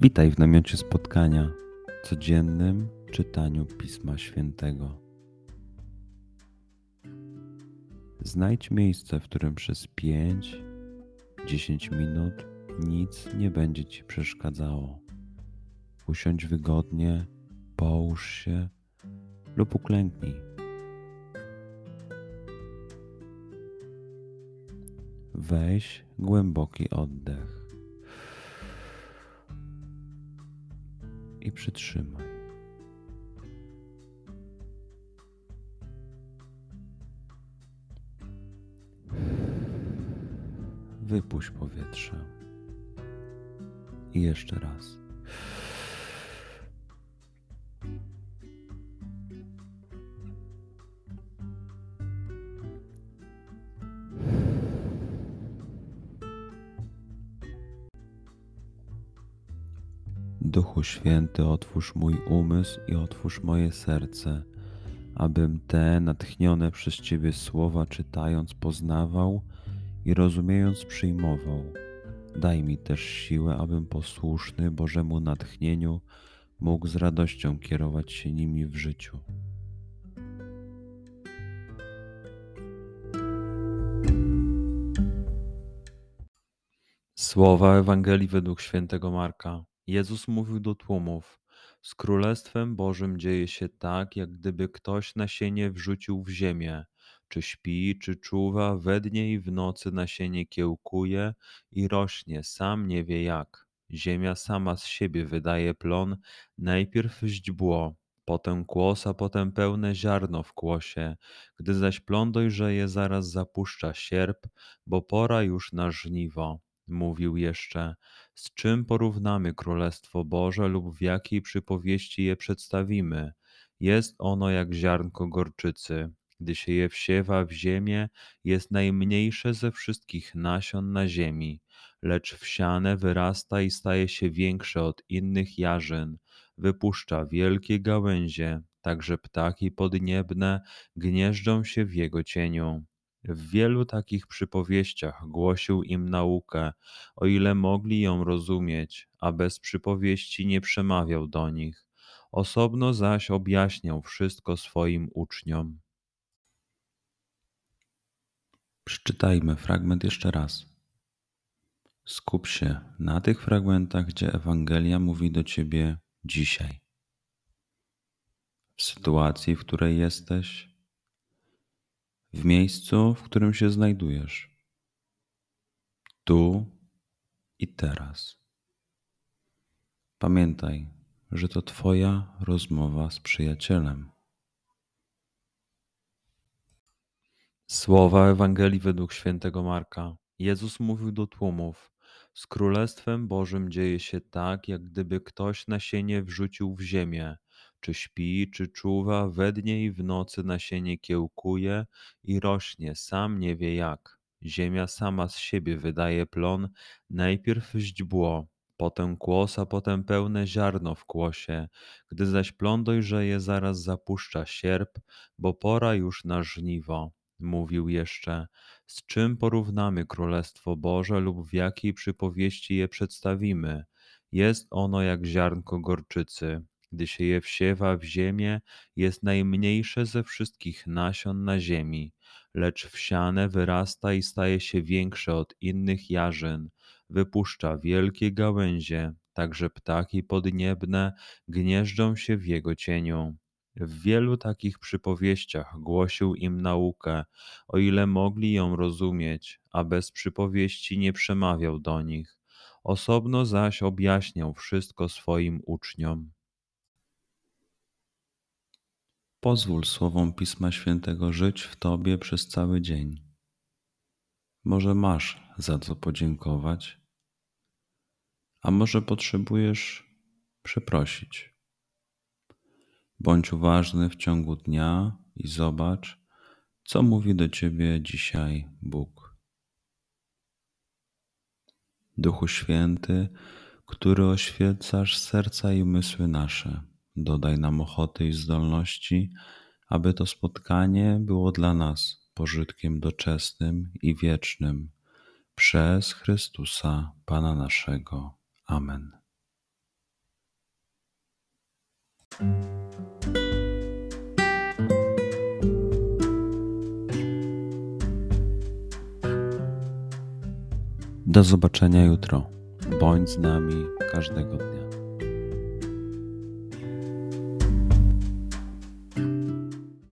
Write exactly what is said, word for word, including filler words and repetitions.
Witaj w namiocie spotkania, codziennym czytaniu Pisma Świętego. Znajdź miejsce, w którym przez pięć do dziesięciu minut nic nie będzie Ci przeszkadzało. Usiądź wygodnie, połóż się lub uklęknij. Weź głęboki oddech i przytrzymaj. Wypuść powietrze. I jeszcze raz. Duchu Święty, otwórz mój umysł i otwórz moje serce, abym te natchnione przez Ciebie słowa czytając poznawał i rozumiejąc przyjmował. Daj mi też siłę, abym posłuszny Bożemu natchnieniu mógł z radością kierować się nimi w życiu. Słowa Ewangelii według świętego Marka. Jezus mówił do tłumów: z Królestwem Bożym dzieje się tak, jak gdyby ktoś nasienie wrzucił w ziemię. Czy śpi, czy czuwa, we dnie i w nocy nasienie kiełkuje i rośnie, sam nie wie jak. Ziemia sama z siebie wydaje plon, najpierw źdźbło, potem kłos, a potem pełne ziarno w kłosie. Gdy zaś plon dojrzeje, zaraz zapuszcza sierp, bo pora już na żniwo. Mówił jeszcze: z czym porównamy Królestwo Boże lub w jakiej przypowieści je przedstawimy? Jest ono jak ziarnko gorczycy. Gdy się je wsiewa w ziemię, jest najmniejsze ze wszystkich nasion na ziemi, lecz wsiane wyrasta i staje się większe od innych jarzyn. Wypuszcza wielkie gałęzie, także ptaki podniebne gnieżdżą się w jego cieniu. W wielu takich przypowieściach głosił im naukę, o ile mogli ją rozumieć, a bez przypowieści nie przemawiał do nich. Osobno zaś objaśniał wszystko swoim uczniom. Przeczytajmy fragment jeszcze raz. Skup się na tych fragmentach, gdzie Ewangelia mówi do Ciebie dzisiaj. W sytuacji, w której jesteś, w miejscu, w którym się znajdujesz. Tu i teraz. Pamiętaj, że to Twoja rozmowa z przyjacielem. Słowa Ewangelii według świętego Marka. Jezus mówił do tłumów: z Królestwem Bożym dzieje się tak, jak gdyby ktoś nasienie wrzucił w ziemię. Czy śpi, czy czuwa, we dnie i w nocy nasienie kiełkuje i rośnie, sam nie wie jak. Ziemia sama z siebie wydaje plon, najpierw źdźbło, potem kłos, a potem pełne ziarno w kłosie. Gdy zaś plon dojrzeje, zaraz zapuszcza sierp, bo pora już na żniwo. Mówił jeszcze: z czym porównamy Królestwo Boże lub w jakiej przypowieści je przedstawimy? Jest ono jak ziarnko gorczycy. Gdy się je wsiewa w ziemię, jest najmniejsze ze wszystkich nasion na ziemi, lecz wsiane wyrasta i staje się większe od innych jarzyn. Wypuszcza wielkie gałęzie, także ptaki podniebne gnieżdżą się w jego cieniu. W wielu takich przypowieściach głosił im naukę, o ile mogli ją rozumieć, a bez przypowieści nie przemawiał do nich. Osobno zaś objaśniał wszystko swoim uczniom. Pozwól słowom Pisma Świętego żyć w Tobie przez cały dzień. Może masz za co podziękować, a może potrzebujesz przeprosić. Bądź uważny w ciągu dnia i zobacz, co mówi do Ciebie dzisiaj Bóg. Duchu Święty, który oświecasz serca i umysły nasze, dodaj nam ochoty i zdolności, aby to spotkanie było dla nas pożytkiem doczesnym i wiecznym. Przez Chrystusa, Pana naszego. Amen. Do zobaczenia jutro. Bądź z nami każdego dnia.